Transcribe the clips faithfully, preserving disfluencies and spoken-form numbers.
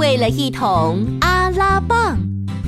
为了一桶阿拉棒。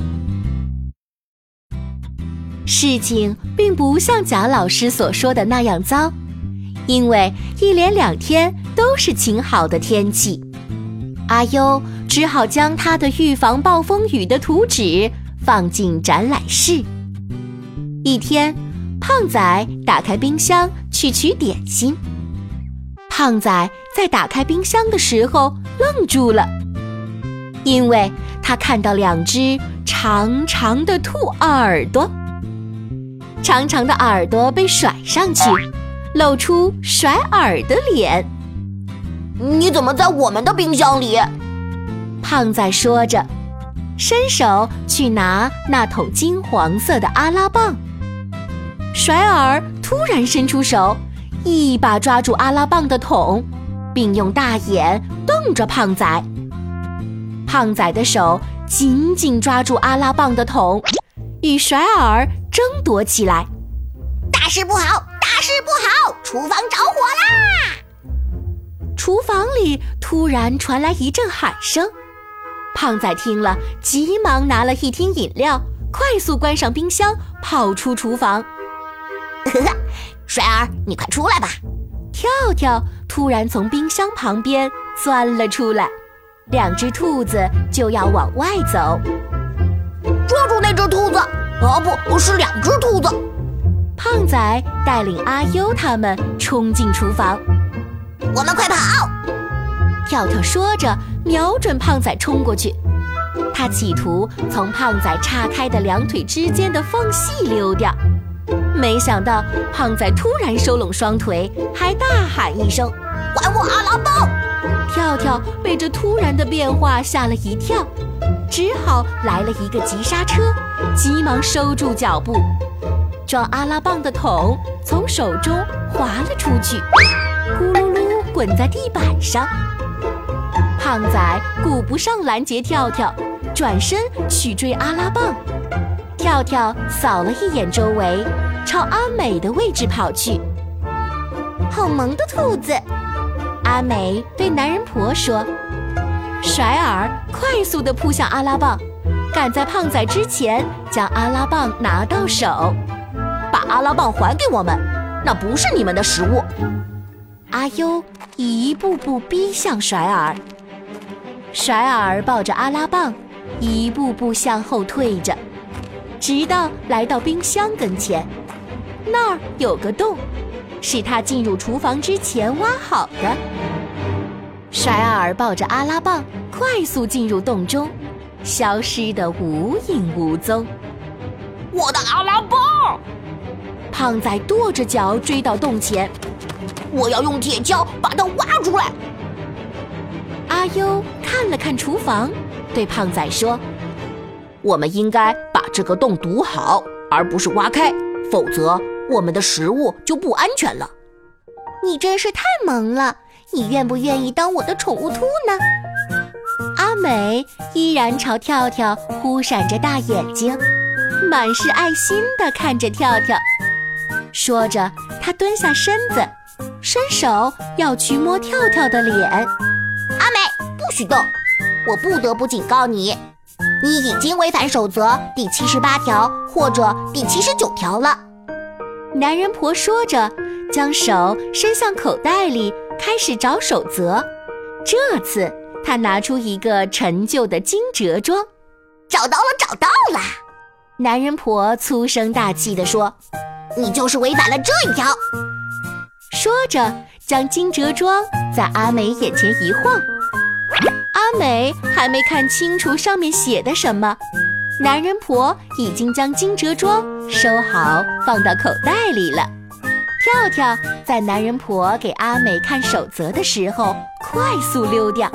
事情并不像贾老师所说的那样糟，因为一连两天都是晴好的天气。阿优只好将他的预防暴风雨的图纸放进展览室。一天，胖仔打开冰箱去取点心。胖仔在打开冰箱的时候愣住了，因为他看到两只长长的兔耳朵。长长的耳朵被甩上去，露出甩耳的脸。 你怎么在我们的冰箱里？ 胖仔说着，伸手去拿那桶金黄色的阿拉棒。甩耳突然伸出手，一把抓住阿拉棒的桶，并用大眼瞪着胖仔。胖仔的手紧紧抓住阿拉棒的桶，与甩耳争夺起来。 大事不好，大事不好，厨房着火啦！ 厨房里突然传来一阵喊声。胖仔听了，急忙拿了一听饮料，快速关上冰箱，跑出厨房。 甩儿，你快出来吧！ 跳跳突然从冰箱旁边钻了出来，两只兔子就要往外走。 抓住那只兔子！啊，不是两只兔子！ 胖仔带领阿优他们冲进厨房。 我们快跑！ 跳跳说着，瞄准胖仔冲过去。他企图从胖仔岔开的两腿之间的缝隙溜掉，没想到胖仔突然收拢双腿，还大喊一声：“ 还我阿拉棒！” 跳跳被这突然的变化吓了一跳，只好来了一个急刹车，急忙收住脚步。装阿拉棒的桶从手中滑了出去，咕噜噜滚在地板上。胖仔顾不上拦截跳跳，转身去追阿拉棒。跳跳扫了一眼周围，朝阿美的位置跑去。 好萌的兔子， 阿美对男人婆说。甩耳快速地扑向阿拉棒，赶在胖仔之前将阿拉棒拿到手。 把阿拉棒还给我们，那不是你们的食物。 阿优一步步逼向甩耳，甩耳抱着阿拉棒一步步向后退着，直到来到冰箱跟前。那儿有个洞，是他进入厨房之前挖好的。甩耳抱着阿拉棒快速进入洞中，消失得无影无踪。 我的阿拉棒！ 胖仔跺着脚追到洞前， 我要用铁锹把它挖出来。 阿优看了看厨房，对胖仔说：“ 我们应该把这个洞堵好，而不是挖开，否则我们的食物就不安全了。” 你真是太萌了，你愿不愿意当我的宠物兔呢？阿美依然朝跳跳忽闪着大眼睛，满是爱心地看着跳跳。说着，他蹲下身子，伸手要去摸跳跳的脸。 阿美，不许动！我不得不警告你，你已经违反守则第七十八条或者第七十九条了。 男人婆说着，将手伸向口袋里，开始找守则。这次他拿出一个陈旧的金折桩。 找到了，找到了！ 男人婆粗声大气地说。 你就是违反了这一条。 说着，将金折桩在阿美眼前一晃。阿美还没看清楚上面写的什么，男人婆已经将金折桩收好放到口袋里了。跳跳在男人婆给阿美看守则的时候快速溜掉。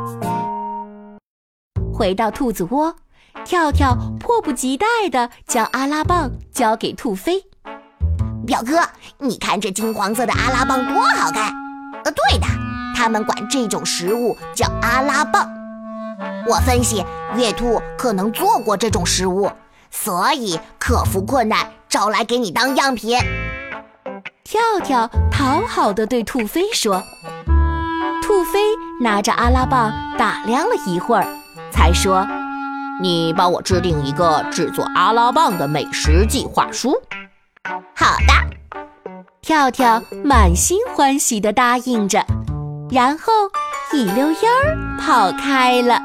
回到兔子窝，跳跳迫不及待地将阿拉棒交给兔飞。 表哥，你看这金黄色的阿拉棒多好看！呃，对的，他们管这种食物叫阿拉棒。我分析，月兔可能做过这种食物，所以克服困难，招来给你当样品。 跳跳讨好地对兔飞说。兔飞拿着阿拉棒打量了一会儿， 才说：“ 你帮我制定一个制作阿拉棒的美食计划书。” 好的。 跳跳满心欢喜地答应着，然后一溜烟儿跑开了。